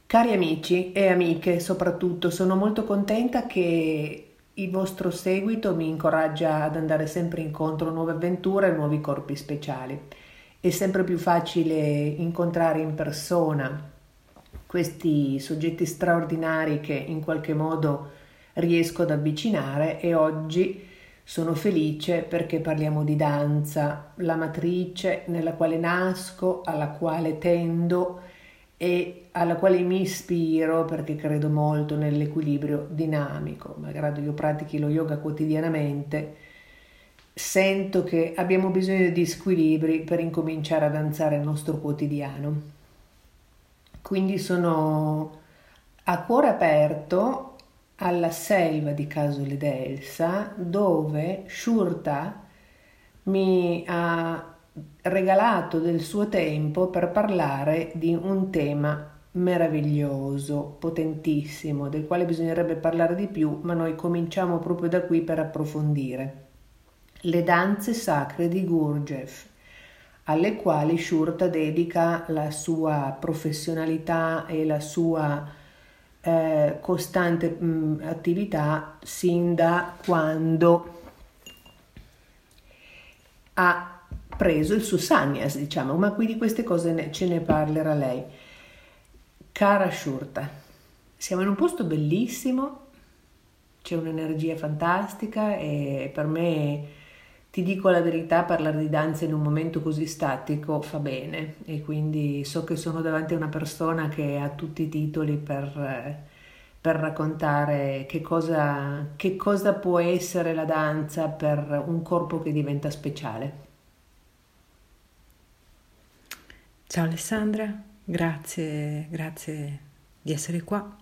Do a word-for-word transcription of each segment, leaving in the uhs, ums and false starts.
Cari amici e amiche, soprattutto, sono molto contenta che il vostro seguito mi incoraggia ad andare sempre incontro a nuove avventure e nuovi corpi speciali. È sempre più facile incontrare in persona questi soggetti straordinari che in qualche modo riesco ad avvicinare e oggi sono felice perché parliamo di danza, la matrice nella quale nasco, alla quale tendo e alla quale mi ispiro perché credo molto nell'equilibrio dinamico. Malgrado io pratichi lo yoga quotidianamente, sento che abbiamo bisogno di squilibri per incominciare a danzare il nostro quotidiano. Quindi sono a cuore aperto alla selva di Casole d'Elsa, dove Shurta mi ha regalato del suo tempo per parlare di un tema meraviglioso, potentissimo, del quale bisognerebbe parlare di più, ma noi cominciamo proprio da qui per approfondire. Le danze sacre di Gurdjieff, alle quali Shurta dedica la sua professionalità e la sua eh, costante mh, attività sin da quando ha preso il suo sannyas, diciamo, ma qui di queste cose ne, ce ne parlerà lei. Cara Shurta, siamo in un posto bellissimo, c'è un'energia fantastica e per me, ti dico la verità, parlare di danza in un momento così statico fa bene e quindi so che sono davanti a una persona che ha tutti i titoli per, per raccontare che cosa, che cosa può essere la danza per un corpo che diventa speciale. Ciao Alessandra, grazie, grazie di essere qua.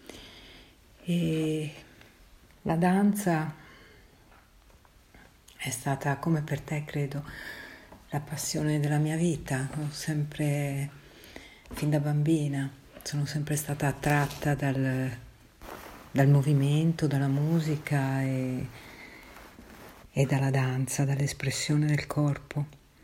E la danza è stata, come per te credo, la passione della mia vita. Ho sempre, fin da bambina, sono sempre stata attratta dal, dal movimento, dalla musica e, e dalla danza, dall'espressione del corpo.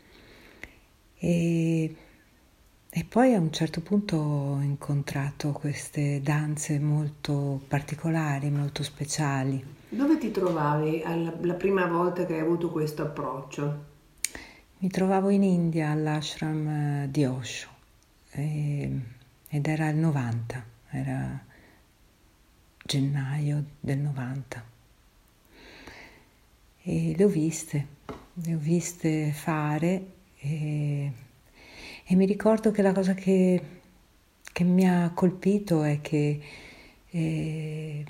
E E poi a un certo punto ho incontrato queste danze molto particolari, molto speciali. Dove ti trovavi alla, la prima volta che hai avuto questo approccio? Mi trovavo in India all'ashram eh, di Osho e- ed era il novanta, era gennaio del novanta. E le ho viste, le ho viste fare e, e mi ricordo che la cosa che, che mi ha colpito è che eh,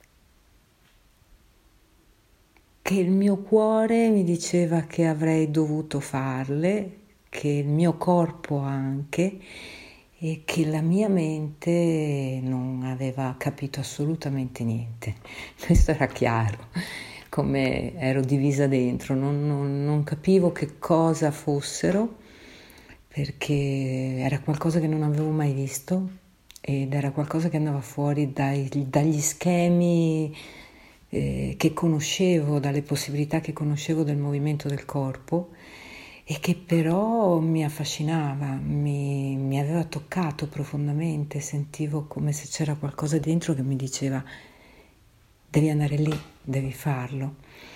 che il mio cuore mi diceva che avrei dovuto farle, che il mio corpo anche, e che la mia mente non aveva capito assolutamente niente. Questo era chiaro, come ero divisa dentro, non, non, non capivo che cosa fossero, perché era qualcosa che non avevo mai visto ed era qualcosa che andava fuori dai, dagli schemi eh, che conoscevo, dalle possibilità che conoscevo del movimento del corpo e che però mi affascinava, mi, mi aveva toccato profondamente, sentivo come se c'era qualcosa dentro che mi diceva devi andare lì, devi farlo.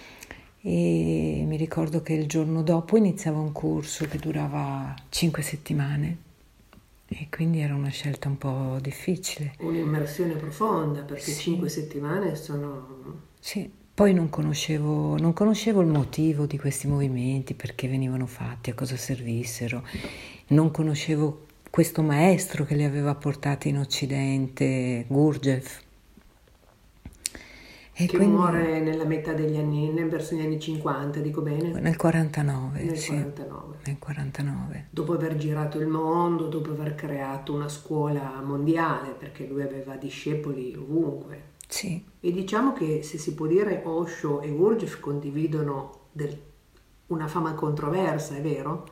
E mi ricordo che il giorno dopo iniziava un corso che durava cinque settimane e quindi era una scelta un po' difficile. Un'immersione profonda, perché Sì. cinque settimane sono... Sì, poi non conoscevo, non conoscevo il motivo di questi movimenti, perché venivano fatti, a cosa servissero. Non conoscevo questo maestro che li aveva portati in Occidente, Gurdjieff. E che quindi, muore nella metà degli anni, verso gli anni cinquanta, dico bene? nel quarantanove, Nel sì, quarantanove. nel quarantanove. Dopo aver girato il mondo, dopo aver creato una scuola mondiale, perché lui aveva discepoli ovunque. Sì. E diciamo che, se si può dire, Osho e Gurdjieff condividono del, una fama controversa, è vero?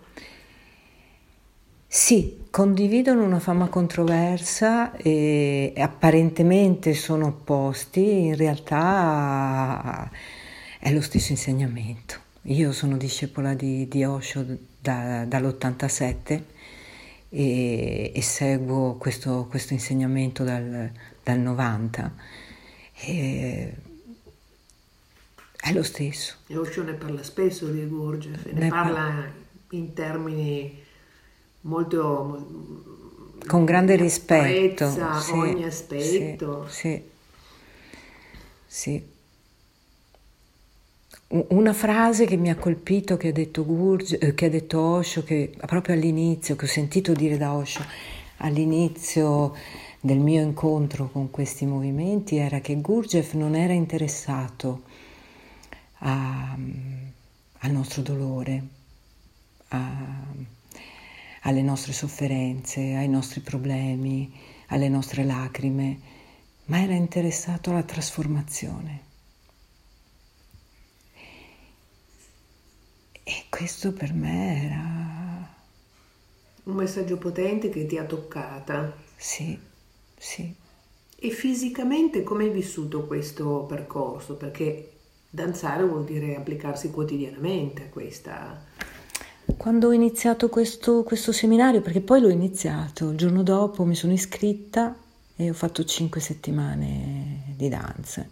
Sì, condividono una fama controversa e apparentemente sono opposti, in realtà è lo stesso insegnamento. Io sono discepola di, di Osho da, dall'ottantasette e, e seguo questo, questo insegnamento dal, dal novanta. E è lo stesso. E Osho ne parla spesso di Gurdjieff, ne, ne parla par- in termini molto... con grande rispetto. Apprezza sì, ogni aspetto. Sì, sì, sì. Una frase che mi ha colpito, che ha detto Gurdjieff, che ha detto Osho, che proprio all'inizio, che ho sentito dire da Osho all'inizio del mio incontro con questi movimenti, era che Gurdjieff non era interessato a, al nostro dolore, a, alle nostre sofferenze, ai nostri problemi, alle nostre lacrime, ma era interessato alla trasformazione. E questo per me era un messaggio potente che ti ha toccata. Sì, sì. E fisicamente come hai vissuto questo percorso? Perché danzare vuol dire applicarsi quotidianamente a questa... Quando ho iniziato questo, questo seminario, perché poi l'ho iniziato, il giorno dopo mi sono iscritta e ho fatto cinque settimane di danza.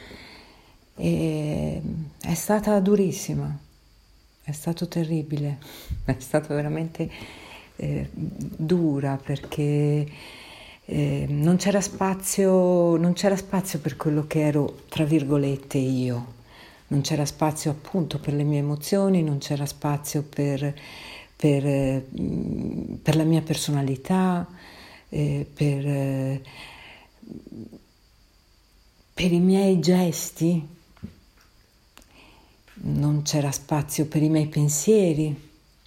E è stata durissima, è stato terribile, è stato veramente eh, dura perché eh, non c'era spazio, non c'era spazio per quello che ero, tra virgolette, io. Non c'era spazio appunto per le mie emozioni, non c'era spazio per, per, eh, per la mia personalità, eh, per, eh, per i miei gesti, non c'era spazio per i miei pensieri.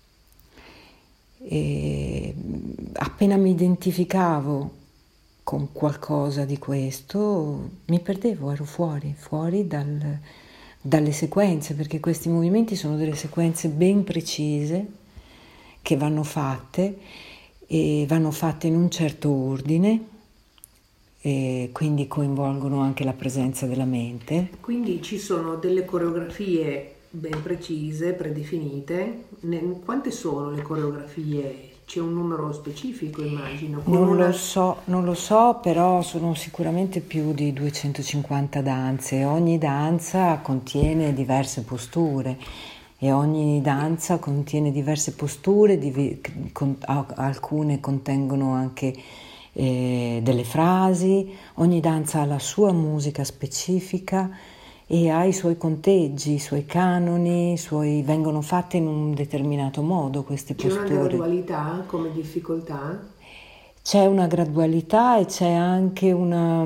E appena mi identificavo con qualcosa di questo, mi perdevo, ero fuori, fuori dal... dalle sequenze, perché questi movimenti sono delle sequenze ben precise che vanno fatte e vanno fatte in un certo ordine e quindi coinvolgono anche la presenza della mente. Quindi ci sono delle coreografie ben precise, predefinite. Quante sono le coreografie? C'è un numero specifico, immagino? Non una... lo so, non lo so, però sono sicuramente più di duecentocinquanta danze. Ogni danza contiene diverse posture e ogni danza contiene diverse posture, div... con... alcune contengono anche eh, delle frasi, ogni danza ha la sua musica specifica e ha i suoi conteggi, i suoi canoni, i suoi... vengono fatte in un determinato modo queste posture. C'è una gradualità come difficoltà? C'è una gradualità e c'è anche una,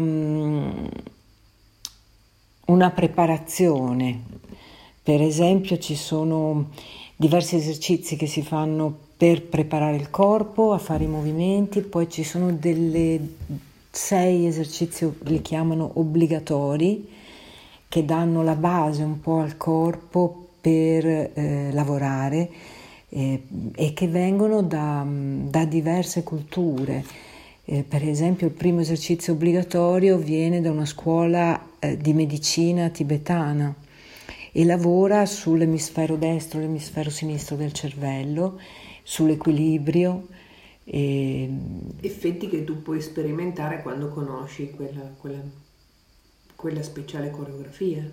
una preparazione. Per esempio ci sono diversi esercizi che si fanno per preparare il corpo a fare i movimenti, poi ci sono delle sei esercizi, li chiamano obbligatori, che danno la base un po' al corpo per eh, lavorare eh, e che vengono da, da diverse culture. Eh, per esempio il primo esercizio obbligatorio viene da una scuola eh, di medicina tibetana e lavora sull'emisfero destro e l'emisfero sinistro del cervello, sull'equilibrio. E... effetti che tu puoi sperimentare quando conosci quella, quella, quella speciale coreografia.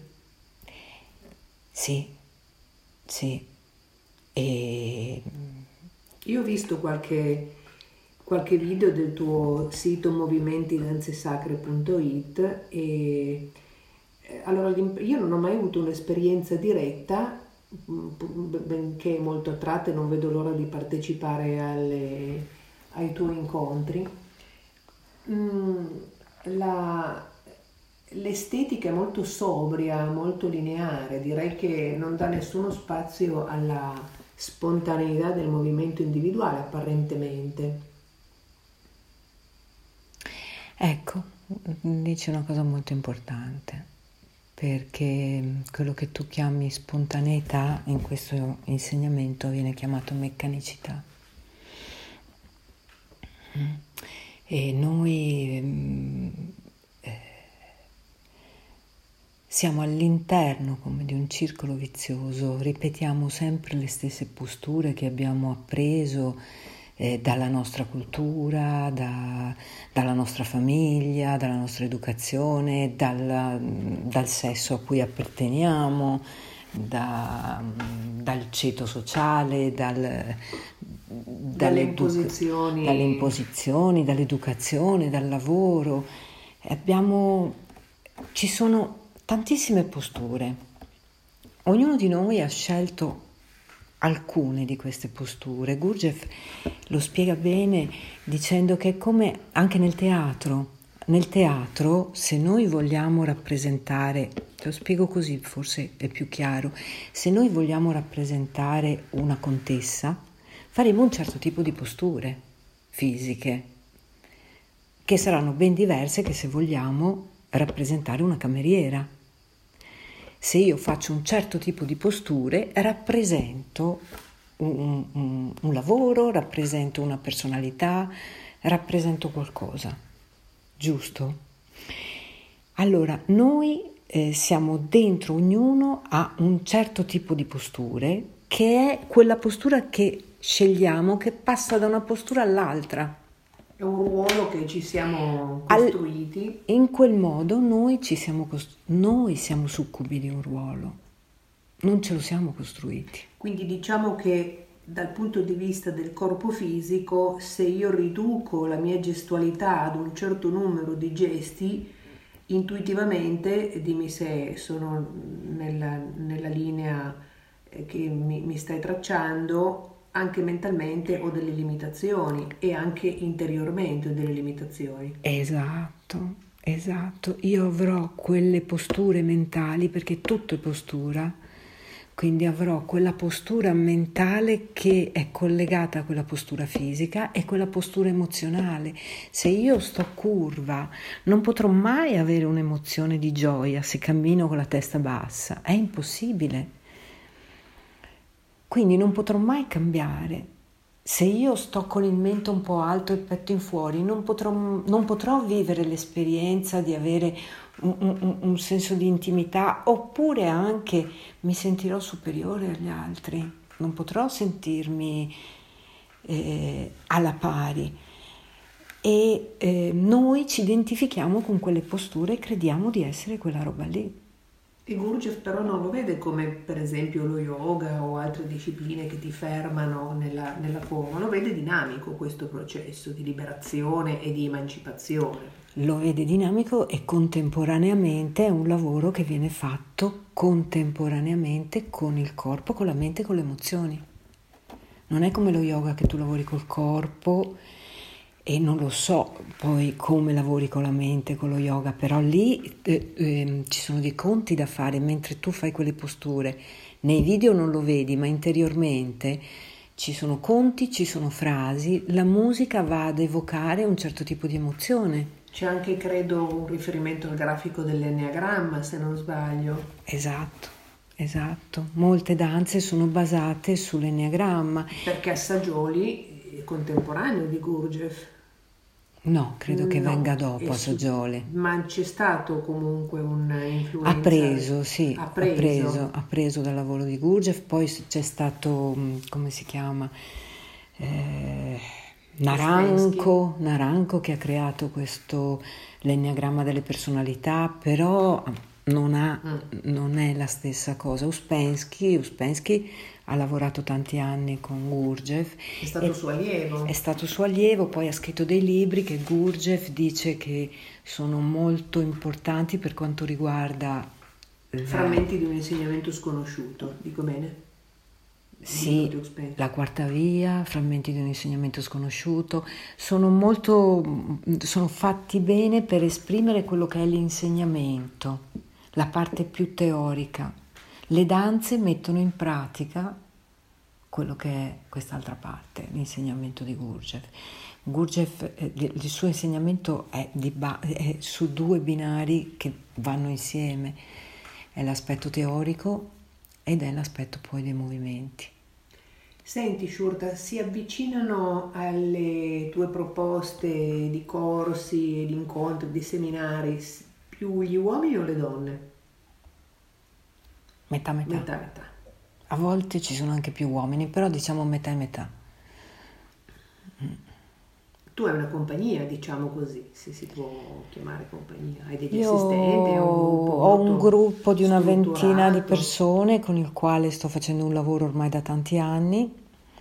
Sì, sì. E... io ho visto qualche, qualche video del tuo sito movimenti danze sacre punto it e allora io non ho mai avuto un'esperienza diretta, benché molto attratta e non vedo l'ora di partecipare alle, ai tuoi incontri. La, l'estetica è molto sobria, molto lineare, direi che non dà nessuno spazio alla spontaneità del movimento individuale apparentemente. Ecco, dici una cosa molto importante, perché quello che tu chiami spontaneità in questo insegnamento viene chiamato meccanicità. E noi eh, siamo all'interno come di un circolo vizioso, ripetiamo sempre le stesse posture che abbiamo appreso eh, dalla nostra cultura, da, dalla nostra famiglia, dalla nostra educazione, dal, dal sesso a cui apparteniamo, da, dal ceto sociale, dal, dalle imposizioni. dalle imposizioni, dall'educazione, dal lavoro. Abbiamo, ci sono tantissime posture. Ognuno di noi ha scelto alcune di queste posture. Gurdjieff lo spiega bene dicendo che è come anche nel teatro. Nel teatro, se noi vogliamo rappresentare, te lo spiego così, forse è più chiaro, se noi vogliamo rappresentare una contessa, faremo un certo tipo di posture fisiche, che saranno ben diverse che se vogliamo rappresentare una cameriera. Se io faccio un certo tipo di posture, rappresento un, un, un lavoro, rappresento una personalità, rappresento qualcosa, giusto? Allora, noi eh, siamo dentro, ognuno ha un certo tipo di posture, che è quella postura che scegliamo, che passa da una postura all'altra. È un ruolo che ci siamo costruiti. Al, in quel modo noi ci siamo costru- noi siamo succubi di un ruolo, non ce lo siamo costruiti. Quindi diciamo che dal punto di vista del corpo fisico, se io riduco la mia gestualità ad un certo numero di gesti, intuitivamente, dimmi se sono nella, nella linea che mi, mi stai tracciando, anche mentalmente ho delle limitazioni e anche interiormente ho delle limitazioni. Esatto, esatto. Io avrò quelle posture mentali, perché tutto è postura, quindi avrò quella postura mentale che è collegata a quella postura fisica e quella postura emozionale. Se io sto curva, non potrò mai avere un'emozione di gioia se cammino con la testa bassa, è impossibile. Quindi non potrò mai cambiare. Se io sto con il mento un po' alto e il petto in fuori, non potrò, non potrò vivere l'esperienza di avere un, un, un senso di intimità, oppure anche mi sentirò superiore agli altri, non potrò sentirmi eh, alla pari. E eh, noi ci identifichiamo con quelle posture e crediamo di essere quella roba lì. E Gurdjieff però non lo vede come per esempio lo yoga o altre discipline che ti fermano nella, nella forma, lo vede dinamico questo processo di liberazione e di emancipazione. Lo vede dinamico e contemporaneamente è un lavoro che viene fatto contemporaneamente con il corpo, con la mente e con le emozioni. Non è come lo yoga che tu lavori col corpo e non lo so poi come lavori con la mente, con lo yoga, però lì eh, eh, ci sono dei conti da fare mentre tu fai quelle posture. Nei video non lo vedi, ma interiormente ci sono conti, ci sono frasi, la musica va ad evocare un certo tipo di emozione. C'è anche, credo, un riferimento al grafico dell'enneagramma, se non sbaglio. Esatto, esatto. Molte danze sono basate sull'enneagramma. Perché Assagioli è contemporaneo di Gurdjieff. No, credo che no, venga dopo Assagioli. Ma c'è stato comunque un'influenza. Ha preso, sì, ha preso. ha preso, ha preso dal lavoro di Gurdjieff, poi c'è stato, come si chiama, eh, Naranco, Naranco che ha creato questo, l'enneagramma delle personalità, però non, ha, mm. non è la stessa cosa. Uspensky, Uspensky ha lavorato tanti anni con Gurdjieff. È stato suo allievo. È stato suo allievo, poi ha scritto dei libri che Gurdjieff dice che sono molto importanti per quanto riguarda... La... Frammenti di un insegnamento sconosciuto, dico bene? Sì, La quarta via, Frammenti di un insegnamento sconosciuto, sono molto, sono fatti bene per esprimere quello che è l'insegnamento, la parte più teorica. Le danze mettono in pratica quello che è quest'altra parte, l'insegnamento di Gurdjieff. Gurdjieff, eh, il suo insegnamento è, di ba- è su due binari che vanno insieme, è l'aspetto teorico ed è l'aspetto poi dei movimenti. Senti Shurta, si avvicinano alle tue proposte di corsi, di incontri, di seminari più gli uomini o le donne? Metà metà. Metà metà. A volte ci sono anche più uomini, però diciamo metà e metà. Tu hai una compagnia, diciamo così, se si può chiamare compagnia, hai degli Io assistenti, hai un gruppo ho un molto gruppo di una ventina di strutturato. persone con il quale sto facendo un lavoro ormai da tanti anni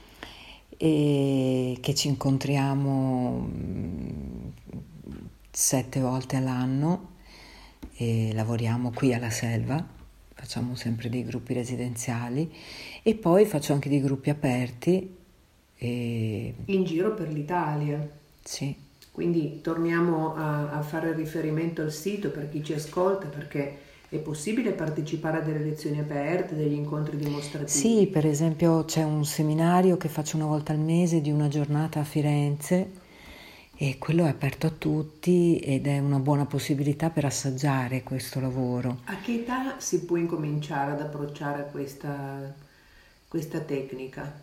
e che ci incontriamo mm, sette volte all'anno e lavoriamo qui alla Selva, facciamo sempre dei gruppi residenziali e poi faccio anche dei gruppi aperti e In giro per l'Italia. sì. Quindi torniamo a, a fare riferimento al sito per chi ci ascolta, perché è possibile partecipare a delle lezioni aperte, degli incontri Sì, dimostrativi. per esempio c'è un seminario che faccio una volta al mese di una giornata a Firenze e quello è aperto a tutti ed è una buona possibilità per assaggiare questo lavoro. A che età si può incominciare ad approcciare questa, questa tecnica?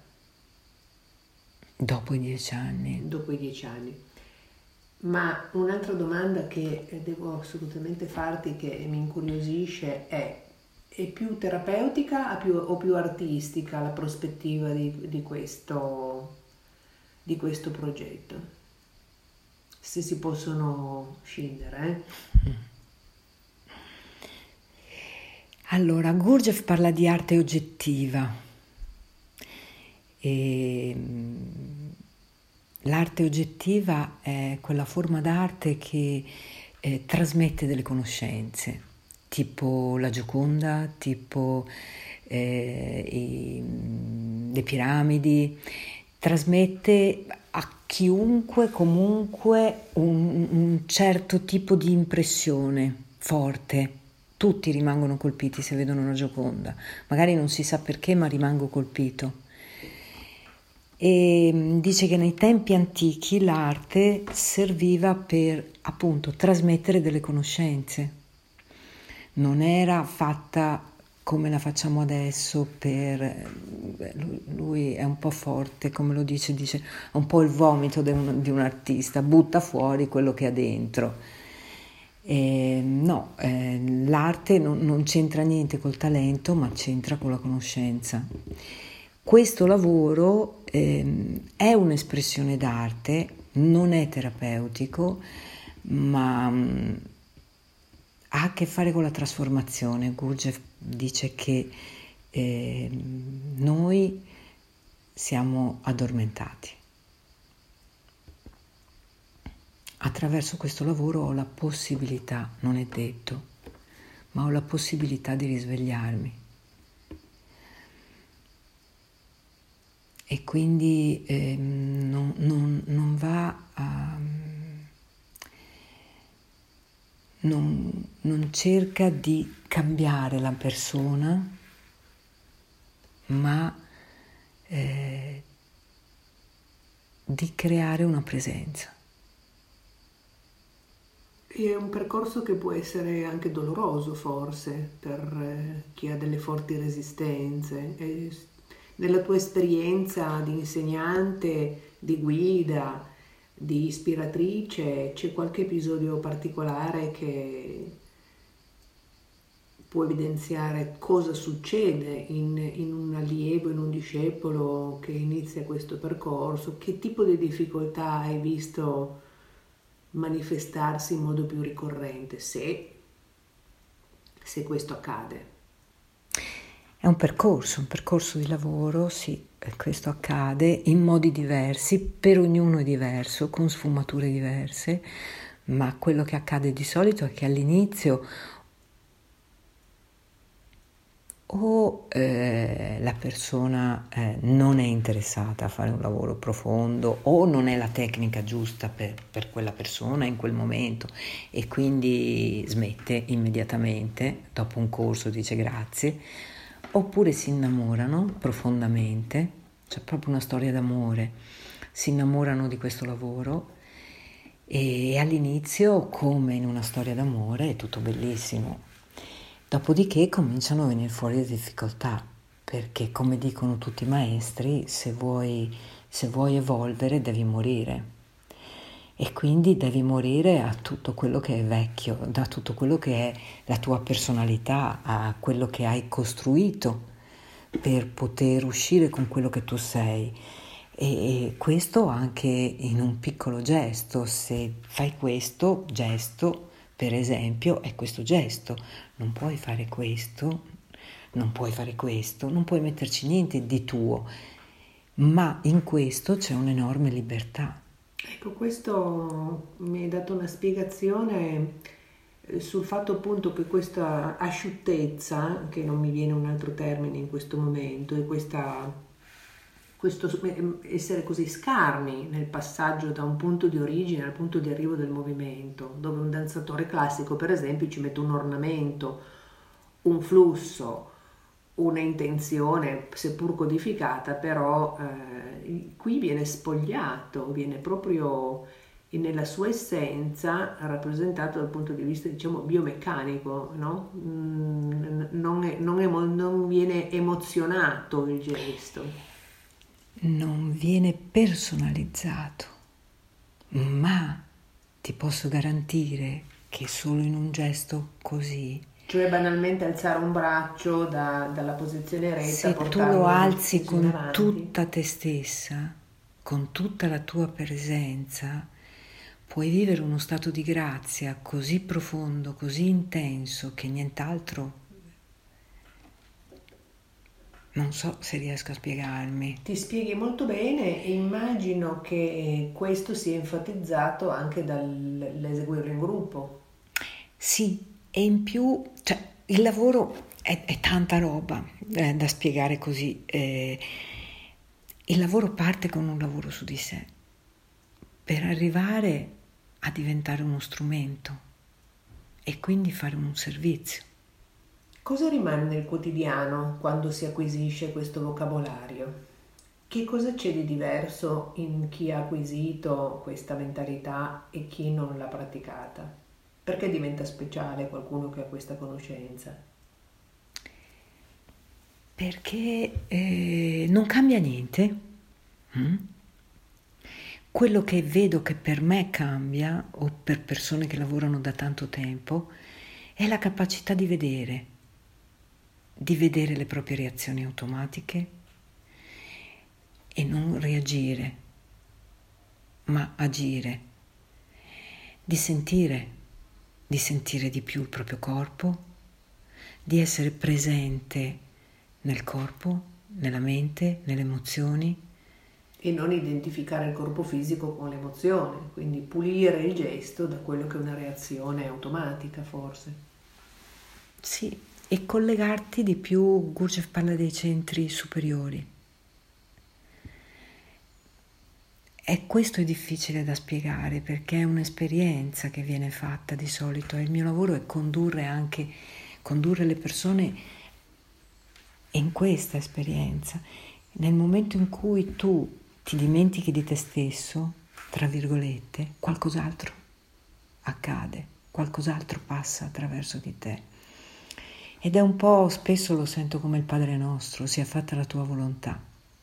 Dopo i dieci anni. Dopo i dieci anni. Ma un'altra domanda che eh, devo assolutamente farti, che mi incuriosisce, è: è più terapeutica o più, o più artistica la prospettiva di, di questo, di questo progetto? Se si possono scindere, eh? Allora, Gurdjieff parla di arte oggettiva e mm, l'arte oggettiva è quella forma d'arte che eh, trasmette delle conoscenze, tipo la Gioconda, tipo eh, i- mm, le piramidi, trasmette a chiunque comunque un, un certo tipo di impressione forte. Tutti rimangono colpiti se vedono una Gioconda, magari non si sa perché, ma rimango colpito. E mm, dice che nei tempi antichi l'arte serviva per appunto trasmettere delle conoscenze, non era fatta come la facciamo adesso per... Lui è un po' forte, come lo dice, dice è un po' il vomito di un, di un artista, butta fuori quello che ha dentro. E no, eh, l'arte non, non c'entra niente col talento, ma c'entra con la conoscenza. Questo lavoro ehm, è un'espressione d'arte, non è terapeutico, ma mm, ha a che fare con la trasformazione. Gurdjieff dice che eh, noi siamo addormentati. Attraverso questo lavoro ho la possibilità, non è detto, ma ho la possibilità di risvegliarmi. E quindi eh, non, non, non va a... Non, non cerca di cambiare la persona, ma eh, di creare una presenza. È un percorso che può essere anche doloroso, forse, per eh, chi ha delle forti resistenze. E s- nella tua esperienza di insegnante, di guida, di ispiratrice, c'è qualche episodio particolare che può evidenziare cosa succede in, in un allievo, in un discepolo che inizia questo percorso? Che tipo di difficoltà hai visto manifestarsi in modo più ricorrente, se, se questo accade? È un percorso, un percorso di lavoro, sì, e questo accade in modi diversi, per ognuno è diverso, con sfumature diverse, ma quello che accade di solito è che all'inizio o eh, la persona eh, non è interessata a fare un lavoro profondo o non è la tecnica giusta per, per quella persona in quel momento e quindi smette immediatamente, dopo un corso dice grazie, oppure si innamorano profondamente, c'è proprio una storia d'amore, si innamorano di questo lavoro e all'inizio, come in una storia d'amore, è tutto bellissimo. Dopodiché cominciano a venire fuori le difficoltà, perché come dicono tutti i maestri, se vuoi, se vuoi evolvere devi morire. E quindi devi morire a tutto quello che è vecchio, da tutto quello che è la tua personalità, a quello che hai costruito per poter uscire con quello che tu sei. E questo anche in un piccolo gesto. Se fai questo gesto, per esempio, è questo gesto, non puoi fare questo, non puoi fare questo, non puoi metterci niente di tuo, ma in questo c'è un'enorme libertà. Ecco, questo mi hai dato una spiegazione eh, sul fatto appunto che questa asciuttezza, che non mi viene un altro termine in questo momento, e questa, questo s- eh, essere così scarni nel passaggio da un punto di origine al punto di arrivo del movimento, dove un danzatore classico, per esempio, ci mette un ornamento, un flusso, una intenzione, seppur codificata, però eh, qui viene spogliato, viene proprio nella sua essenza rappresentato dal punto di vista, diciamo, biomeccanico, no? Mm, non, è- non emo- non viene emozionato il gesto. Non viene personalizzato, ma ti posso garantire che solo in un gesto così, Cioè banalmente alzare un braccio da- dalla posizione eretta, se tu lo portarlo alzi deciso in con avanti. tutta te stessa, con tutta la tua presenza, puoi vivere uno stato di grazia così profondo, così intenso, che nient'altro, non so se riesco a spiegarmi. Ti spieghi molto bene e immagino che questo sia enfatizzato anche dall'eseguirlo in gruppo. Sì, e in più, cioè, il lavoro è, è tanta roba eh, da spiegare così. eh, il lavoro parte con un lavoro su di sé, per arrivare a diventare uno strumento e quindi fare un servizio. Cosa rimane nel quotidiano quando si acquisisce questo vocabolario? Che cosa c'è di diverso in chi ha acquisito questa mentalità e chi non l'ha praticata? Perché diventa speciale qualcuno che ha questa conoscenza? Perché eh, non cambia niente. mm? Quello che vedo che per me cambia, o per persone che lavorano da tanto tempo, è la capacità di vedere, di vedere le proprie reazioni automatiche e non reagire, ma agire, di sentire, di sentire di più il proprio corpo, di essere presente nel corpo, nella mente, nelle emozioni. E non identificare il corpo fisico con l'emozione, quindi pulire il gesto da quello che è una reazione automatica, forse. Sì, e collegarti di più. Gurdjieff parla dei centri superiori. E questo è difficile da spiegare perché è un'esperienza che viene fatta di solito e il mio lavoro è condurre anche, condurre le persone in questa esperienza. Nel momento in cui tu ti dimentichi di te stesso, tra virgolette, qualcos'altro accade, qualcos'altro passa attraverso di te. Ed è un po', spesso lo sento come il Padre nostro, sia fatta la tua volontà.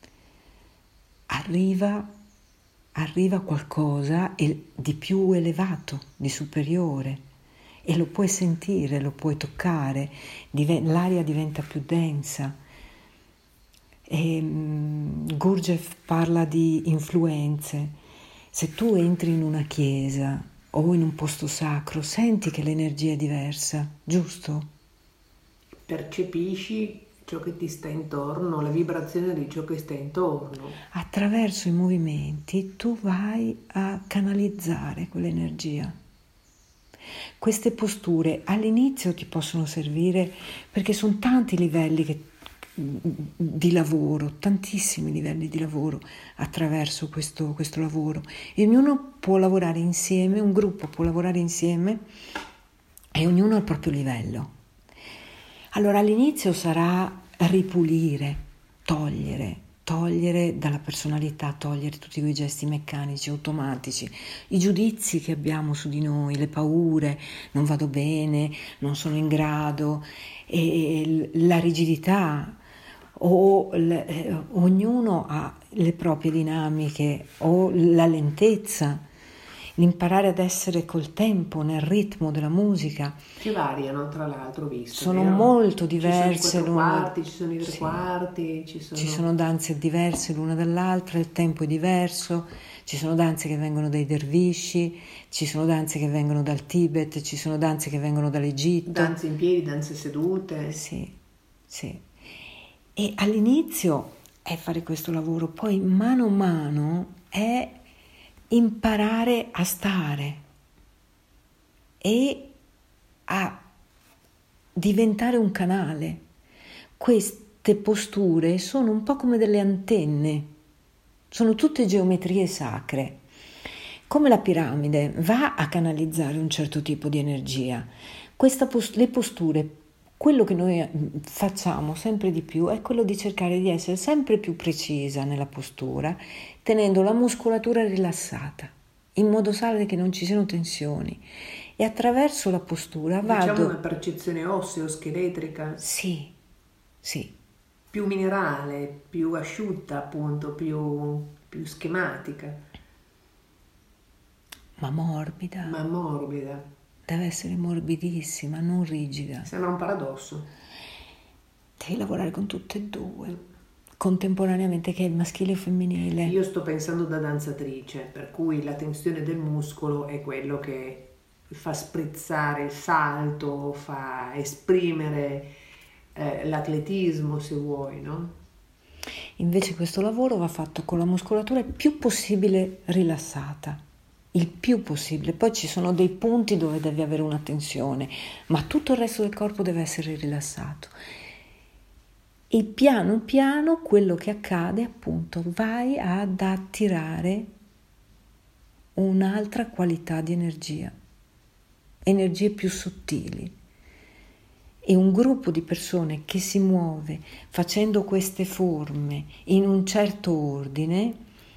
Arriva, arriva qualcosa di più elevato, di superiore, e lo puoi sentire, lo puoi toccare, l'aria diventa più densa. E, um, Gurdjieff parla di influenze. Se tu entri in una chiesa o in un posto sacro, senti che l'energia è diversa, giusto? Percepisci ciò che ti sta intorno, la vibrazione di ciò che sta intorno. Attraverso i movimenti tu vai a canalizzare quell'energia. Queste posture all'inizio ti possono servire perché sono tanti livelli che, di lavoro, tantissimi livelli di lavoro attraverso questo, questo lavoro. E ognuno può lavorare insieme, un gruppo può lavorare insieme e ognuno al proprio livello. Allora all'inizio sarà ripulire, togliere, togliere dalla personalità, togliere tutti quei gesti meccanici, automatici, i giudizi che abbiamo su di noi, le paure, non vado bene, non sono in grado, e la rigidità, o le, eh, ognuno ha le proprie dinamiche, o la lentezza. l'imparare ad essere col tempo, nel ritmo della musica. Che variano, tra l'altro, visto, Sono vero? molto diverse. Ci sono i quattro l'una... quarti, ci sono i tre sì. quarti, ci sono... Ci sono danze diverse l'una dall'altra, il tempo è diverso, ci sono danze che vengono dai dervisci, ci sono danze che vengono dal Tibet, ci sono danze che vengono dall'Egitto. Danze in piedi, danze sedute. Sì, sì. E all'inizio è fare questo lavoro, poi mano a mano è imparare a stare e a diventare un canale. Queste posture sono un po' come delle antenne, sono tutte geometrie sacre. Come la piramide va a canalizzare un certo tipo di energia. Questa post- le posture, quello che noi facciamo sempre di più è quello di cercare di essere sempre più precisa nella postura, tenendo la muscolatura rilassata, in modo tale che non ci siano tensioni. E attraverso la postura vado... Diciamo una percezione osseo-scheletrica. Sì, sì. Più minerale, più asciutta, appunto, più, più schematica. Ma morbida. Ma morbida. Deve essere morbidissima, non rigida. Sembra un paradosso. Devi lavorare con tutte e due, contemporaneamente, che è il maschile e il femminile. Io sto pensando da danzatrice, per cui la tensione del muscolo è quello che fa sprizzare il salto, fa esprimere eh, l'atletismo, se vuoi, no? Invece questo lavoro va fatto con la muscolatura il più possibile rilassata, il più possibile. Poi ci sono dei punti dove devi avere una tensione, ma tutto il resto del corpo deve essere rilassato. E piano piano quello che accade, appunto, vai ad attirare un'altra qualità di energia, energie più sottili. E un gruppo di persone che si muove facendo queste forme in un certo ordine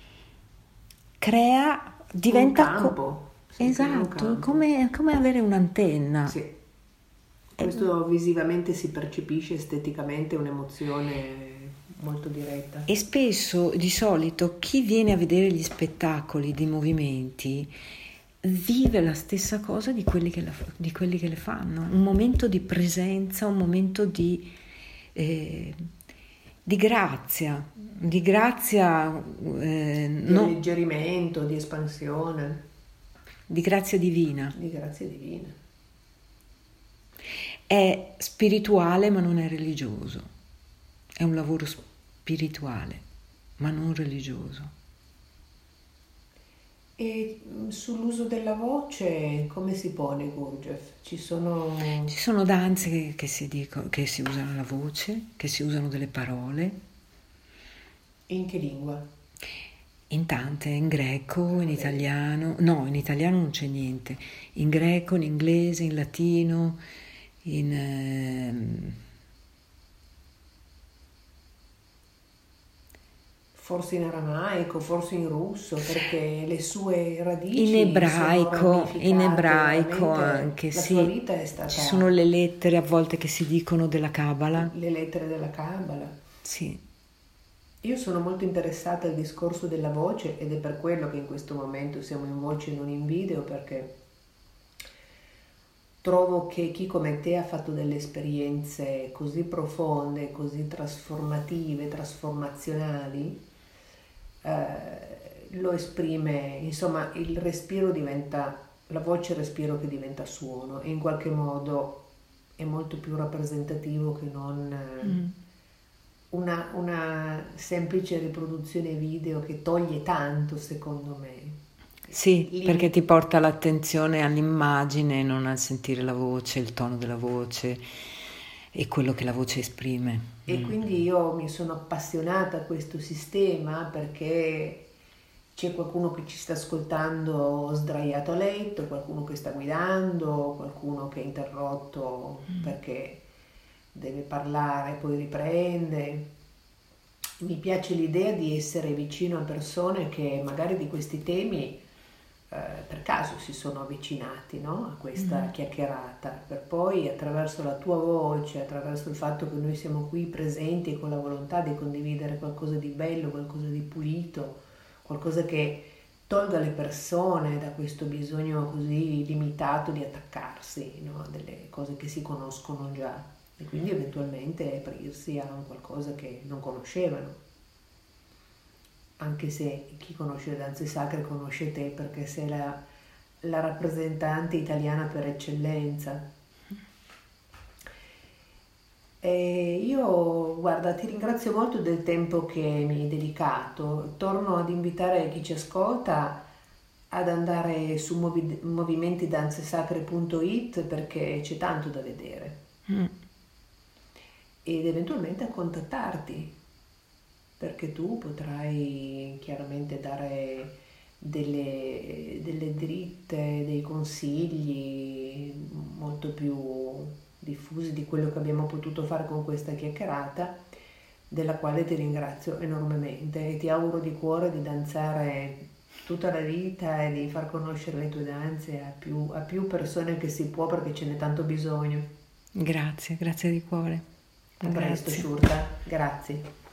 crea, diventa un campo. Co- sì, esatto, un come, come avere un'antenna. Sì. Questo e... visivamente si percepisce, esteticamente un'emozione molto diretta. E spesso, di solito, chi viene a vedere gli spettacoli di movimenti vive la stessa cosa di quelli che, la, di quelli che le fanno, un momento di presenza, un momento di, eh, di grazia, di grazia, eh, di no, alleggerimento, di espansione, di grazia divina. Di grazia divina. È spirituale ma non è religioso, è un lavoro spirituale ma non religioso. E sull'uso della voce come si pone Gurdjieff? Ci sono... Ci sono danze che, che, si dico, che si usano la voce, che si usano delle parole. In che lingua? In tante, in greco, in italiano. No, in italiano non c'è niente. In greco, in inglese, in latino, in... Ehm... Forse in aramaico, forse in russo, perché le sue radici in ebraico, sono in ebraico anche, la sì. sua vita è stata... Ci sono le lettere a volte che si dicono della Cabala. Le lettere della Cabala. Sì. Io sono molto interessata al discorso della voce ed è per quello che in questo momento siamo in voce e non in video, perché trovo che chi come te ha fatto delle esperienze così profonde, così trasformative, trasformazionali, Eh, lo esprime, insomma il respiro diventa, la voce respiro che diventa suono e in qualche modo è molto più rappresentativo che non mm. una, una semplice riproduzione video che toglie tanto, secondo me. Sì, Lì... perché ti porta l'attenzione all'immagine, non al sentire la voce, il tono della voce e quello che la voce esprime. E mm. quindi io mi sono appassionata a questo sistema perché c'è qualcuno che ci sta ascoltando sdraiato a letto, qualcuno che sta guidando, qualcuno che è interrotto mm. perché deve parlare e poi riprende. Mi piace l'idea di essere vicino a persone che magari di questi temi Eh, per caso si sono avvicinati, no? A questa mm. chiacchierata, per poi attraverso la tua voce, attraverso il fatto che noi siamo qui presenti con la volontà di condividere qualcosa di bello, qualcosa di pulito, qualcosa che tolga le persone da questo bisogno così limitato di attaccarsi, no, a delle cose che si conoscono già e quindi eventualmente aprirsi a un qualcosa che non conoscevano. Anche se chi conosce le danze sacre conosce te perché sei la, la rappresentante italiana per eccellenza. E io, guarda, ti ringrazio molto del tempo che mi hai dedicato. Torno ad invitare chi ci ascolta ad andare su movi- movimentidanzesacre punto it perché c'è tanto da vedere Mm. ed eventualmente a contattarti perché tu potrai chiaramente dare delle, delle dritte, dei consigli molto più diffusi di quello che abbiamo potuto fare con questa chiacchierata, della quale ti ringrazio enormemente e ti auguro di cuore di danzare tutta la vita e di far conoscere le tue danze a più, a più persone che si può perché ce n'è tanto bisogno. Grazie, grazie di cuore. A presto, Grazie. Shurta, grazie.